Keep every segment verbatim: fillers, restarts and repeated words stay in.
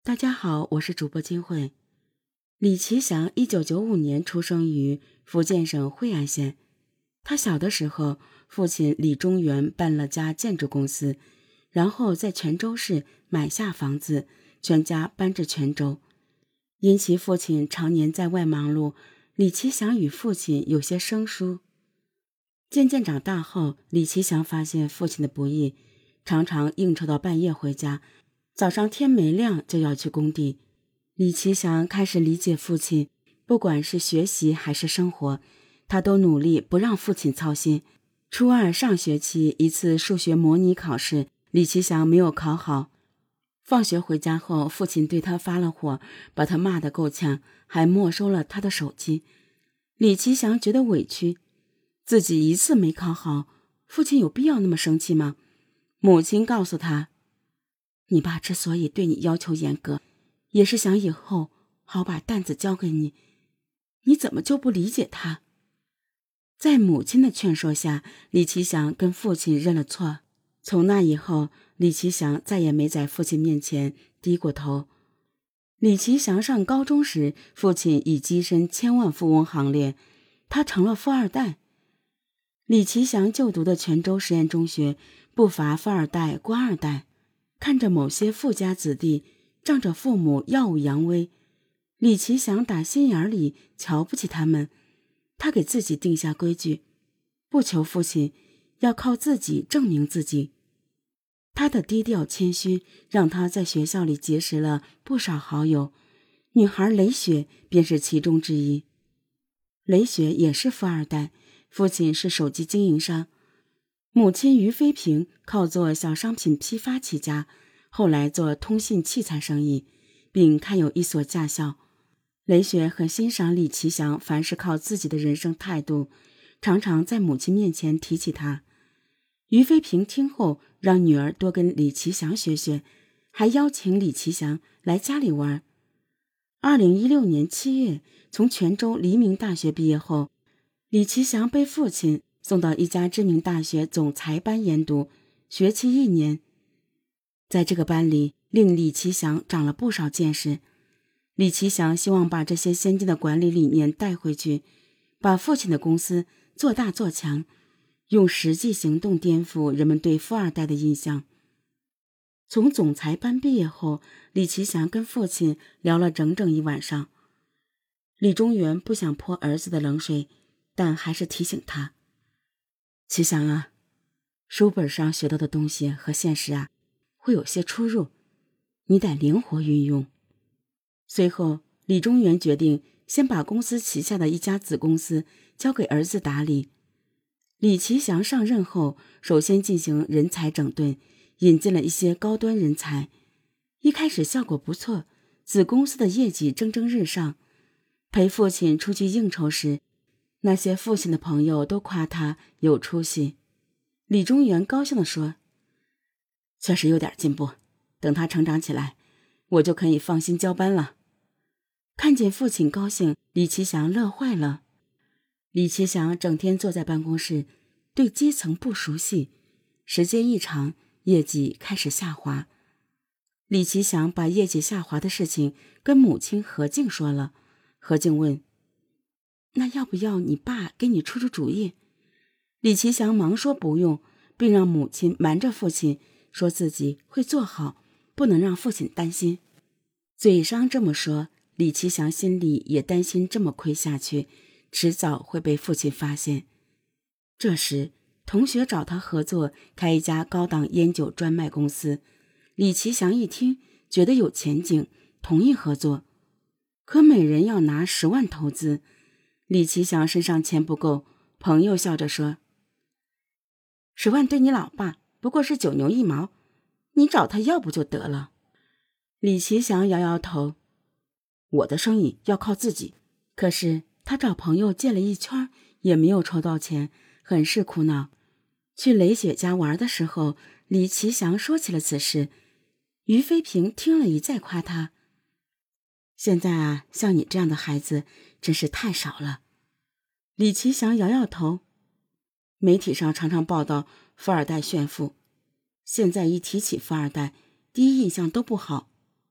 大家好，我是主播金慧。李奇祥一九九五年出生于福建省惠安县。他小的时候，父亲李中原办了家建筑公司，然后在泉州市买下房子，全家搬至泉州。因其父亲常年在外忙碌，李奇祥与父亲有些生疏。渐渐长大后，李奇祥发现父亲的不易，常常应酬到半夜回家，早上天没亮就要去工地。李奇祥开始理解父亲，不管是学习还是生活，他都努力不让父亲操心。初二上学期一次数学模拟考试，李奇祥没有考好。放学回家后，父亲对他发了火，把他骂得够呛，还没收了他的手机。李奇祥觉得委屈，自己一次没考好，父亲有必要那么生气吗？母亲告诉他，你爸之所以对你要求严格，也是想以后好把担子交给你，你怎么就不理解他？在母亲的劝说下，李奇祥跟父亲认了错。从那以后，李奇祥再也没在父亲面前低过头。李奇祥上高中时，父亲已跻身千万富翁行列，他成了富二代。李奇祥就读的泉州实验中学不乏富二代、官二代，看着某些富家子弟仗着父母耀武扬威，李奇祥打心眼里瞧不起他们。他给自己定下规矩，不求父亲，要靠自己证明自己。他的低调谦虚让他在学校里结识了不少好友，女孩雷雪便是其中之一。雷雪也是富二代，父亲是手机经营商，母亲于飞平靠做小商品批发起家，后来做通信器材生意，并开有一所驾校。雷雪很欣赏李奇祥凡是靠自己的人生态度，常常在母亲面前提起他。于飞平听后，让女儿多跟李奇祥学学，还邀请李奇祥来家里玩。二零一六年七月，从泉州黎明大学毕业后，李奇祥被父亲送到一家知名大学总裁班研读，学期一年。在这个班里，令李奇祥长了不少见识。李奇祥希望把这些先进的管理理念带回去，把父亲的公司做大做强，用实际行动颠覆人们对富二代的印象。从总裁班毕业后，李奇祥跟父亲聊了整整一晚上。李中原不想泼儿子的冷水，但还是提醒他，奇祥啊，书本上学到的东西和现实啊，会有些出入，你得灵活运用。随后，李中原决定先把公司旗下的一家子公司交给儿子打理。李奇祥上任后，首先进行人才整顿，引进了一些高端人才。一开始效果不错，子公司的业绩蒸蒸日上。陪父亲出去应酬时，那些父亲的朋友都夸他有出息。李中原高兴地说，确实有点进步，等他成长起来，我就可以放心交班了。看见父亲高兴，李奇祥乐坏了。李奇祥整天坐在办公室，对基层不熟悉，时间一长，业绩开始下滑。李奇祥把业绩下滑的事情跟母亲何静说了。何静问，那要不要你爸给你出出主意？李奇祥忙说不用，并让母亲瞒着父亲，说自己会做好，不能让父亲担心。嘴上这么说，李奇祥心里也担心这么亏下去，迟早会被父亲发现。这时，同学找他合作开一家高档烟酒专卖公司。李奇祥一听，觉得有前景，同意合作。可每人要拿十万投资，李奇祥身上钱不够，朋友笑着说，十万对你老爸不过是九牛一毛，你找他要不就得了。李奇祥摇摇头，我的生意要靠自己。可是他找朋友借了一圈，也没有筹到钱，很是苦恼。去雷雪家玩的时候，李奇祥说起了此事。于飞平听了一再夸他，现在啊，像你这样的孩子真是太少了。李奇祥摇摇头，媒体上常常报道富二代炫富，现在一提起富二代，第一印象都不好。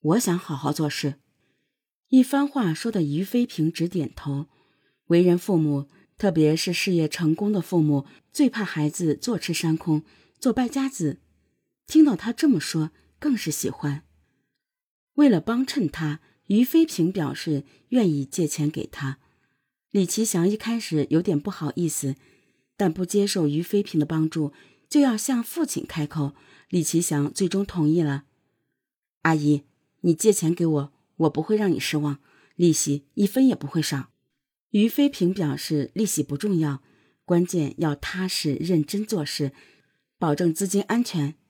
我想好好做事。一番话说的于飞平直点头。为人父母，特别是事业成功的父母，最怕孩子坐吃山空，做败家子。听到他这么说，更是喜欢。为了帮衬他，于飞平表示愿意借钱给他。李奇祥一开始有点不好意思，但不接受于飞平的帮助，就要向父亲开口。李奇祥最终同意了。阿姨，你借钱给我，我不会让你失望，利息一分也不会少。于飞平表示利息不重要，关键要踏实认真做事，保证资金安全。